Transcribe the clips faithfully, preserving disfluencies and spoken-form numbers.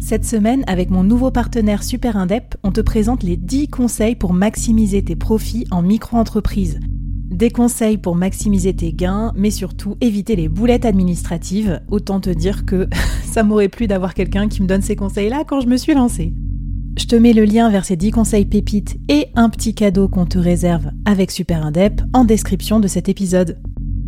Cette semaine, avec mon nouveau partenaire Super Indep, on te présente les dix conseils pour maximiser tes profits en micro-entreprise. Des conseils pour maximiser tes gains, mais surtout éviter les boulettes administratives. Autant te dire que ça m'aurait plu d'avoir quelqu'un qui me donne ces conseils-là quand je me suis lancée. Je te mets le lien vers ces dix conseils pépites et un petit cadeau qu'on te réserve avec Super Indep en description de cet épisode.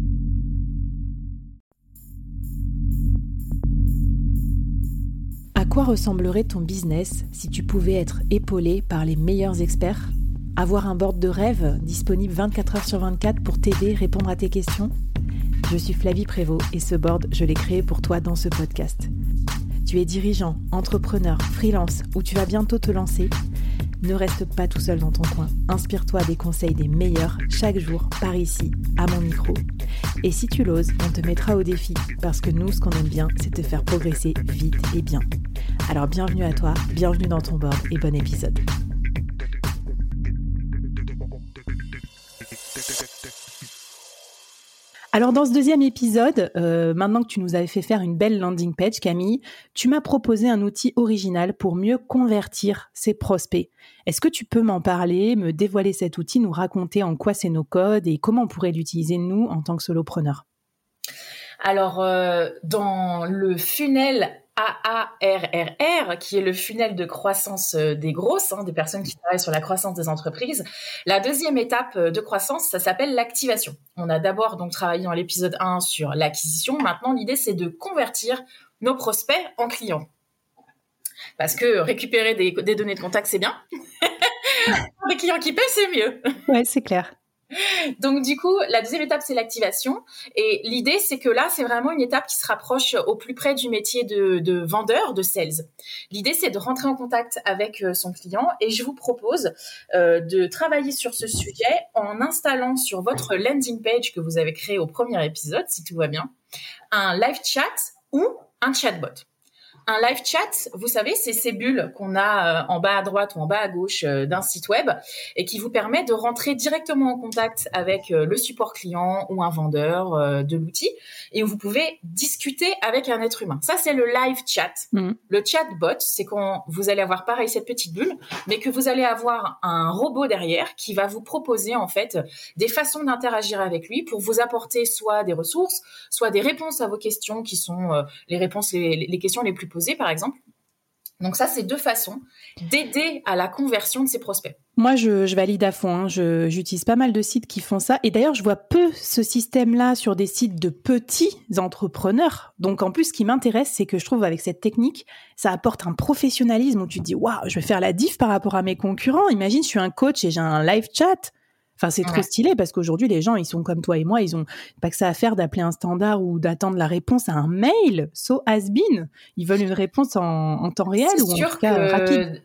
À quoi ressemblerait ton business si tu pouvais être épaulé par les meilleurs experts ? Avoir un board de rêve disponible vingt-quatre heures sur vingt-quatre pour t'aider, répondre à tes questions ? Je suis Flavie Prévost et ce board, je l'ai créé pour toi dans ce podcast. Tu es dirigeant, entrepreneur, freelance ou tu vas bientôt te lancer ? Ne reste pas tout seul dans ton coin. Inspire-toi des conseils des meilleurs chaque jour par ici, à mon micro. Et si tu l'oses, on te mettra au défi parce que nous, ce qu'on aime bien, c'est te faire progresser vite et bien. Alors bienvenue à toi, bienvenue dans ton board et bon épisode. Alors dans ce deuxième épisode, euh, maintenant que tu nous avais fait faire une belle landing page, Camille, tu m'as proposé un outil original pour mieux convertir ses prospects. Est-ce que tu peux m'en parler, me dévoiler cet outil, nous raconter en quoi c'est nos codes et comment on pourrait l'utiliser nous en tant que solopreneur ? Alors euh, dans le funnel A A R R R, qui est le funnel de croissance des grosses, hein, des personnes qui travaillent sur la croissance des entreprises. La deuxième étape de croissance, ça s'appelle l'activation. On a d'abord donc travaillé dans l'épisode un sur l'acquisition. Maintenant, l'idée, c'est de convertir nos prospects en parce que récupérer des, des données de contact, c'est bien. Les clients qui paient, c'est mieux. Ouais, c'est clair. Donc du coup, la deuxième étape, c'est l'activation. Et l'idée, c'est que là, c'est vraiment une étape qui se rapproche au plus près du métier de, de vendeur, de sales. L'idée, c'est de rentrer en contact avec son client et je vous propose euh, de travailler sur ce sujet en installant sur votre landing page que vous avez créé au premier épisode, si tout va bien, un live chat ou un chatbot. Un live chat, vous savez, c'est ces bulles qu'on a en bas à droite ou en bas à gauche d'un site web et qui vous permet de rentrer directement en contact avec le support client ou un vendeur de l'outil et où vous pouvez discuter avec un être humain. Ça, c'est le live chat. Mmh. Le chatbot, c'est quand vous allez avoir pareil cette petite bulle, mais que vous allez avoir un robot derrière qui va vous proposer en fait des façons d'interagir avec lui pour vous apporter soit des ressources, soit des réponses à vos questions qui sont euh, les réponses, les, les questions les plus posées par exemple. Donc ça, c'est deux façons d'aider à la conversion de ses prospects. Moi, je, je valide à fond. Hein. Je, j'utilise pas mal de sites qui font ça. Et d'ailleurs, je vois peu ce système-là sur des sites de petits entrepreneurs. Donc en plus, ce qui m'intéresse, c'est que je trouve avec cette technique, ça apporte un professionnalisme où tu te dis « Waouh, je vais faire la diff par rapport à mes concurrents. Imagine, je suis un coach et j'ai un live chat. » Enfin, c'est trop ouais. stylé parce qu'aujourd'hui, les gens, ils sont comme toi et moi, ils ont pas que ça à faire d'appeler un standard ou d'attendre la réponse à un mail. So has been. Ils veulent une réponse en, en temps réel c'est ou en sûr tout cas que rapide.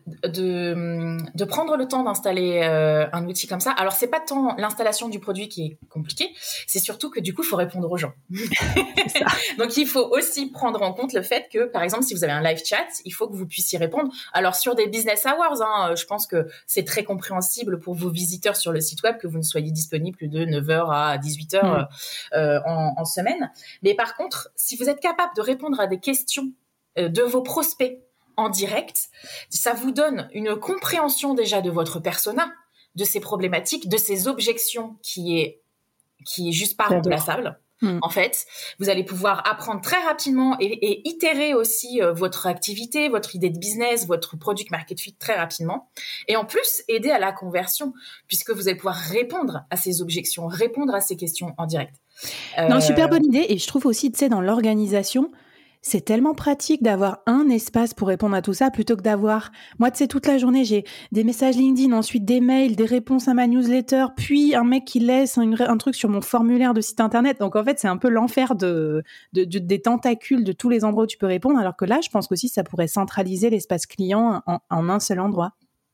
De, de prendre le temps d'installer euh, un outil comme ça. Alors, c'est pas tant l'installation du produit qui est compliquée, c'est surtout que du coup, il faut répondre aux gens. C'est ça. Donc, il faut aussi prendre en compte le fait que, par exemple, si vous avez un live chat, il faut que vous puissiez répondre. Alors, sur des business hours, hein, je pense que c'est très compréhensible pour vos visiteurs sur le site web que vous ne soyez disponible plus de neuf heures à dix-huit heures mmh. euh, en, en semaine. Mais par contre, si vous êtes capable de répondre à des questions euh, de vos prospects en direct, ça vous donne une compréhension déjà de votre persona, de ses problématiques, de ses objections qui est, qui est juste pas remplaçable. Mmh. En fait, vous allez pouvoir apprendre très rapidement et, et itérer aussi euh, votre activité, votre idée de business, votre product market fit très rapidement. Et en plus, aider à la conversion, puisque vous allez pouvoir répondre à ces objections, répondre à ces questions en direct. Euh... Non, super bonne idée. Et je trouve aussi, tu sais, dans l'organisation, c'est tellement pratique d'avoir un espace pour répondre à tout ça plutôt que d'avoir... Moi, tu sais, toute la journée, j'ai des messages LinkedIn, ensuite des mails, des réponses à ma newsletter, puis un mec qui laisse un, un truc sur mon formulaire de site internet. Donc, en fait, c'est un peu l'enfer de, de, de, des tentacules de tous les endroits où tu peux répondre. Alors que là, je pense qu'aussi, ça pourrait centraliser l'espace client en, en un seul endroit.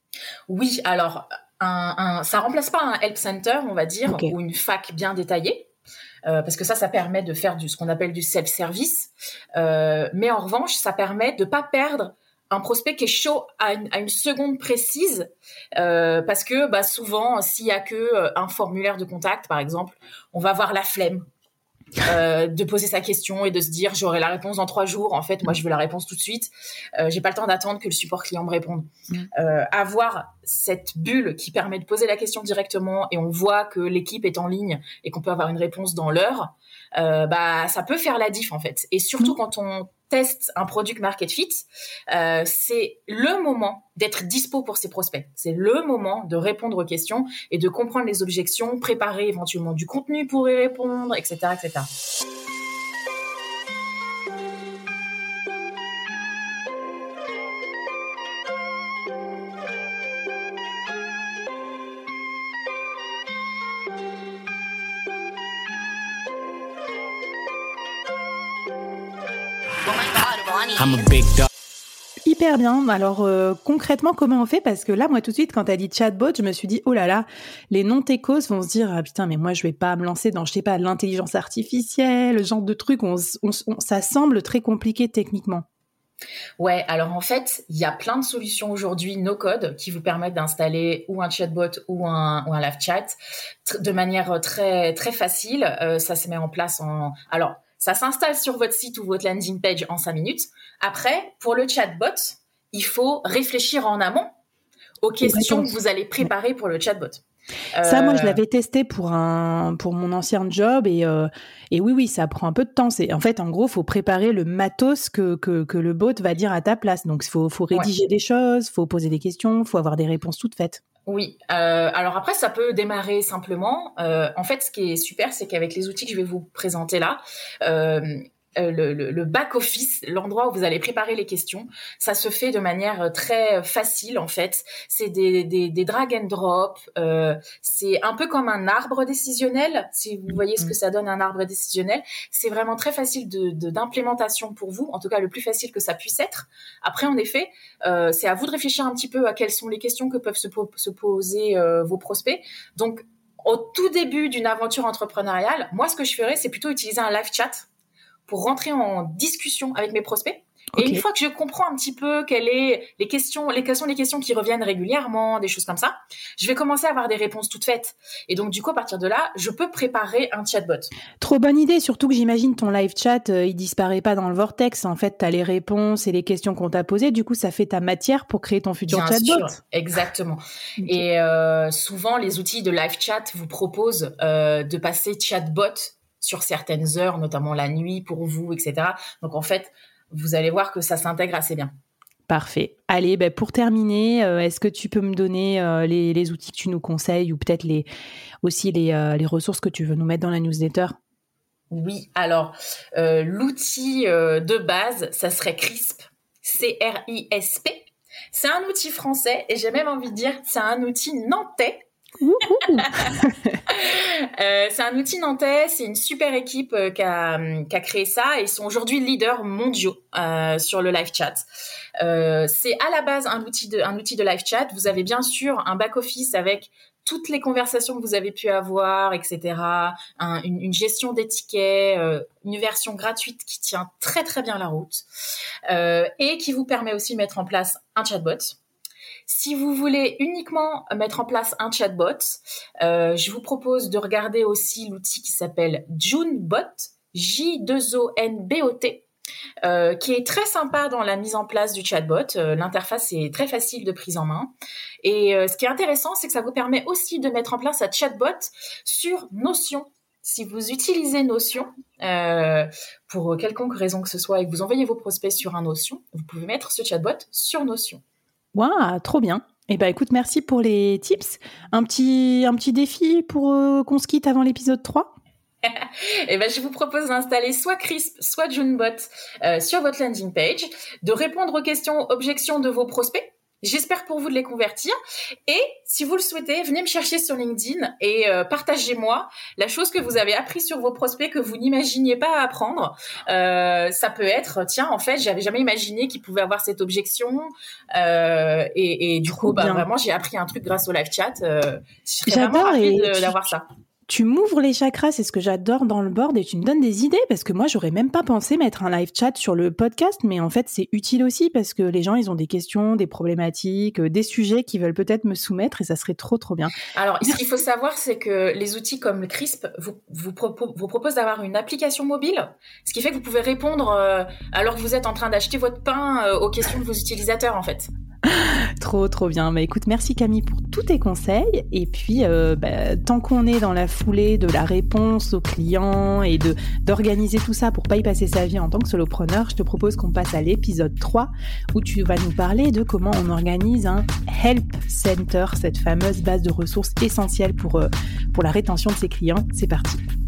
Oui, alors, un, un, ça remplace pas un help center, on va dire, okay. ou une fac bien détaillée. Euh, parce que ça, ça permet de faire du, ce qu'on appelle du self-service. Euh, mais en revanche, ça permet de pas perdre un prospect qui est chaud à une, à une seconde précise. Euh, parce que bah, souvent, s'il y a que un formulaire de contact, par exemple, on va avoir la flemme. euh, de poser sa question et de se dire j'aurai la réponse dans trois jours. En fait, moi, je veux la réponse tout de suite. Euh, j'ai pas le temps d'attendre que le support client me réponde. Mmh. Euh, avoir cette bulle qui permet de poser la question directement et on voit que l'équipe est en ligne et qu'on peut avoir une réponse dans l'heure, euh, bah ça peut faire la diff en fait. Et surtout mmh. quand on teste un product market fit, euh, c'est le moment d'être dispo pour ses prospects. C'est le moment de répondre aux questions et de comprendre les objections, préparer éventuellement du contenu pour y répondre, et cetera, et cetera. Hyper bien. Alors euh, concrètement, comment on fait ? Parce que là, moi, tout de suite, quand t'as dit chatbot, je me suis dit, oh là là, les non-techos vont se dire, ah putain, mais moi, je vais pas me lancer dans, je sais pas, l'intelligence artificielle, le genre de truc, on, on, on, ça semble très compliqué techniquement. Ouais, alors en fait, il y a plein de solutions aujourd'hui no-code qui vous permettent d'installer ou un chatbot ou un, ou un live chat t- de manière très très facile. Euh, ça se met en place en... Alors, ça s'installe sur votre site ou votre landing page en cinq minutes. Après, pour le chatbot, il faut réfléchir en amont aux questions que vous allez préparer pour le chatbot. Ça, euh... moi, je l'avais testé pour un pour mon ancien job et euh, et oui, oui, ça prend un peu de temps. C'est en fait, en gros, faut préparer le matos que que que le bot va dire à ta place. Donc, faut faut rédiger ouais. des choses, faut poser des questions, faut avoir des réponses toutes faites. Oui. Euh, alors après, ça peut démarrer simplement. Euh, en fait, ce qui est super, c'est qu'avec les outils que je vais vous présenter là, euh, le, le, le back-office, l'endroit où vous allez préparer les questions, ça se fait de manière très facile en fait. C'est des, des, des drag and drop. Euh, c'est un peu comme un arbre décisionnel. Si vous voyez ce que ça donne un arbre décisionnel, c'est vraiment très facile de, de, d'implémentation pour vous. En tout cas, le plus facile que ça puisse être. Après, en effet, euh, c'est à vous de réfléchir un petit peu à quelles sont les questions que peuvent se, po- se poser euh, vos prospects. Donc, au tout début d'une aventure entrepreneuriale, moi, ce que je ferais, c'est plutôt utiliser un live chat pour rentrer en discussion avec mes prospects. Okay. Et une fois que je comprends un petit peu quelles, est les questions, les, quelles sont les questions qui reviennent régulièrement, des choses comme ça, je vais commencer à avoir des réponses toutes faites. Et donc, du coup, à partir de là, je peux préparer un chatbot. Trop bonne idée, surtout que j'imagine ton live chat, euh, il disparaît pas dans le vortex. En fait, tu as les réponses et les questions qu'on t'a posées. Du coup, ça fait ta matière pour créer ton futur Bien chatbot. Sûr, exactement. Okay. Et euh, souvent, les outils de live chat vous proposent euh, de passer chatbot sur certaines heures, notamment la nuit pour vous, et cetera. Donc, en fait, vous allez voir que ça s'intègre assez bien. Parfait. Allez, ben pour terminer, euh, est-ce que tu peux me donner euh, les, les outils que tu nous conseilles ou peut-être les, aussi les, euh, les ressources que tu veux nous mettre dans la newsletter ? Oui, alors, euh, l'outil euh, de base, ça serait Crisp, C R I S P. C'est un outil français et j'ai même envie de dire c'est un outil nantais. euh, c'est un outil nantais, c'est une super équipe euh, qui, a, qui a créé ça et ils sont aujourd'hui leaders mondiaux euh, sur le live chat. Euh, c'est à la base un outil de, un outil de live chat. Vous avez bien sûr un back-office avec toutes les conversations que vous avez pu avoir, et cetera. Un, une, une gestion des tickets, euh, une version gratuite qui tient très très bien la route euh, et qui vous permet aussi de mettre en place un chatbot. Si vous voulez uniquement mettre en place un chatbot, euh, je vous propose de regarder aussi l'outil qui s'appelle Junebot, J deux O N B O T, euh, qui est très sympa dans la mise en place du chatbot. Euh, l'interface est très facile de prise en main. Et euh, ce qui est intéressant, c'est que ça vous permet aussi de mettre en place un chatbot sur Notion. Si vous utilisez Notion, euh, pour quelconque raison que ce soit, et que vous envoyez vos prospects sur un Notion, vous pouvez mettre ce chatbot sur Notion. Waouh, trop bien. Eh ben, écoute, merci pour les tips. Un petit, un petit défi pour euh, qu'on se quitte avant l'épisode trois. Eh ben, je vous propose d'installer soit Crisp, soit Junebot euh, sur votre landing page, de répondre aux questions, objections de vos prospects. J'espère pour vous de les convertir. Et si vous le souhaitez, venez me chercher sur LinkedIn et euh, partagez-moi la chose que vous avez appris sur vos prospects que vous n'imaginiez pas apprendre. Euh, ça peut être, tiens, en fait, j'avais jamais imaginé qu'ils pouvaient avoir cette objection. Euh, et, et du coup, bah, vraiment, j'ai appris un truc grâce au live chat. Euh, je serais J'adore vraiment ravie et de, tu, d'avoir ça. Tu m'ouvres les chakras, c'est ce que j'adore dans le board, et tu me donnes des idées, parce que moi, j'aurais même pas pensé mettre un live chat sur le podcast, mais en fait, c'est utile aussi, parce que les gens, ils ont des questions, des problématiques, des sujets qu'ils veulent peut-être me soumettre, et ça serait trop, trop bien. Alors, ce qu'il faut savoir, c'est que les outils comme le CRISP vous, vous, propo- vous proposent d'avoir une application mobile, ce qui fait que vous pouvez répondre euh, alors que vous êtes en train d'acheter votre pain euh, aux questions de vos utilisateurs, en fait. Trop, trop bien. Bah, écoute, merci Camille pour tous tes conseils. Et puis, euh, bah, tant qu'on est dans la foulée de la réponse aux clients et de d'organiser tout ça pour pas y passer sa vie en tant que solopreneur, je te propose qu'on passe à l'épisode trois où tu vas nous parler de comment on organise un Help Center, cette fameuse base de ressources essentielle pour, euh, pour la rétention de ses clients. C'est parti.